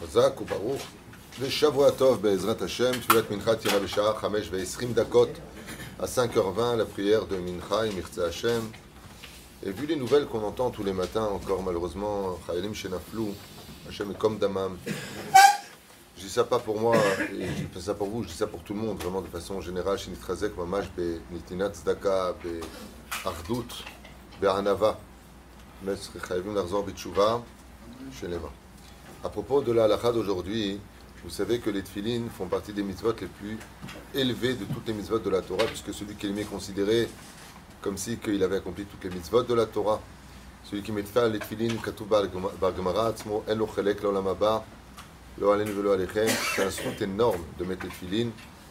חזק וברוך. ושבוע טוב בעזרת השם, תפילת מנחה תהיה בשעה 5:20 דקות à 5h20, la prière de Mincha et Mirza Hashem. Et vu les nouvelles qu'on entend tous les matins, encore malheureusement, Chayalim Shenaflou, Hashem est comme Damam. Je dis ça pas pour moi, et je dis ça pour vous, je dis ça pour tout le monde, vraiment de façon générale, chez Nitrazek, Mamash, Be Nitinat Tzedaka, Be Ardout, Be Anava, Mesre Chayavim Larzor Bitshuva, chez les mains. À propos de la halakha d'aujourd'hui, vous savez que les tefilines font partie des mitzvot les plus élevés de toutes les mitzvot de la Torah, puisque celui qui les met considéré comme si qu'il avait accompli toutes les mitzvot de la Torah. Celui qui met fin les tefilines, Katuv bar Gemara, Atzmo, En lo chelek l'olam haba, lo alenu velo alechem, c'est un soute énorme de mettre les tefilines.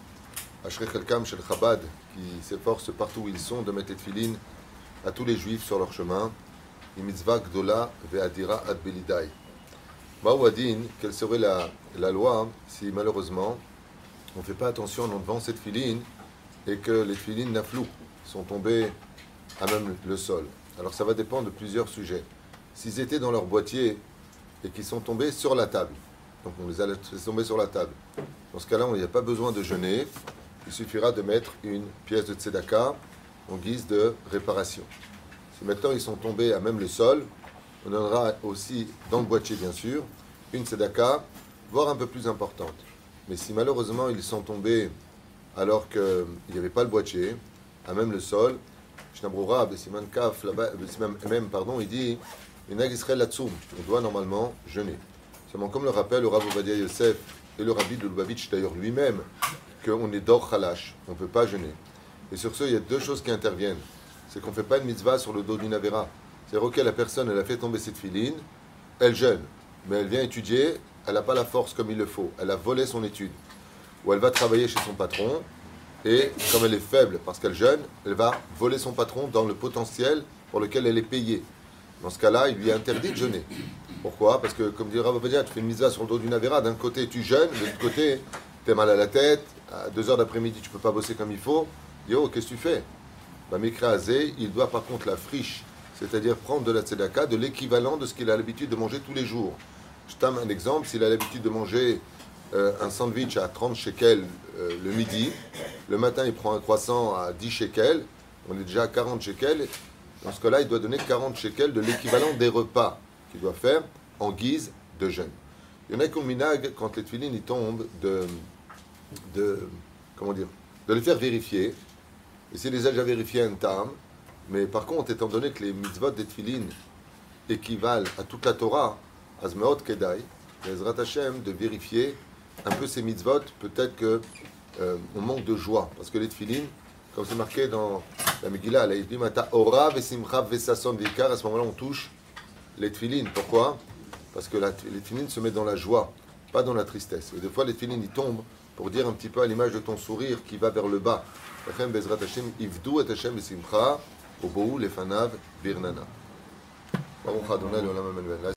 Ashrei chelkam shel Chabad, qui s'efforce partout où ils sont de mettre les tefilines à tous les juifs sur leur chemin. Une mitzvah gdola ve'adira ad belidai. Maouadin, quelle serait la loi si malheureusement on ne fait pas attention en devant cette filine et que les filines naflou sont tombées à même le sol. Alors ça va dépendre de plusieurs sujets. S'ils étaient dans leur boîtier et qu'ils sont tombés sur la table, donc on les a laissés tomber sur la table, dans ce cas-là, il n'y a pas besoin de jeûner, il suffira de mettre une pièce de tzedaka en guise de réparation. Si maintenant ils sont tombés à même le sol, on donnera aussi dans le boîtier, bien sûr, une tzedaka, voire un peu plus importante. Mais si malheureusement ils sont tombés alors qu'il n'y avait pas le boîtier, à même le sol, Shnabroura, Bessiman Kaf, même, pardon, il dit, Inag Israël Latsoum, on doit normalement jeûner. Seulement, comme le rappelle le Rav Ovadia Yosef et le Rabbi de Lubavitch d'ailleurs lui-même, qu'on est d'or chalash, on ne peut pas jeûner. Et sur ce, il y a deux choses qui interviennent. C'est qu'on ne fait pas une mitzvah sur le dos d'une avéra. C'est-à-dire, ok, la personne, elle a fait tomber cette filine, elle jeûne, mais elle vient étudier, elle n'a pas la force comme il le faut, elle a volé son étude. Ou elle va travailler chez son patron, et comme elle est faible parce qu'elle jeûne, elle va voler son patron dans le potentiel pour lequel elle est payée. Dans ce cas-là, il lui est interdit de jeûner. Pourquoi? Parce que, comme dit Rav Ovadia, tu fais une mitzvah sur le dos d'une avéra, d'un côté tu jeûnes, de l'autre côté, tu as mal à la tête, à 2h d'après-midi, tu ne peux pas bosser comme il faut. Yo, qu'est-ce que tu fais? Mikra Azé, il doit par contre la friche, c'est-à-dire prendre de la tzedaka, de l'équivalent de ce qu'il a l'habitude de manger tous les jours. Je donne un exemple, s'il a l'habitude de manger un sandwich à 30 shekels le midi, le matin il prend un croissant à 10 shekels, on est déjà à 40 shekels, dans ce cas-là il doit donner 40 shekels de l'équivalent des repas qu'il doit faire en guise de jeûne. Il y en a qui ont minag, quand les tefilines ils tombent, de les faire vérifier, et c'est les déjà vérifié un tam, mais par contre, étant donné que les mitzvot des tefilines équivalent à toute la Torah, Azmeot Kedai, Ezrat Hashem, de vérifier un peu ces mitzvot, peut-être qu'on manque de joie, parce que les tefilines, comme c'est marqué dans la Megillah, la Yiblim Ata Ora Vesimcha Vesason Vikar, à ce moment-là on touche les tefilines. Pourquoi? Parce que les tefilines se mettent dans la joie, pas dans la tristesse. Et des fois les tefilines ils tombent pour dire un petit peu à l'image de ton sourire qui va vers le bas. Bezrat Hashem, Ivdu et Hashem Vesimcha, Obou Lefanav Birnana. Baruch Adonai L'Olam Amen.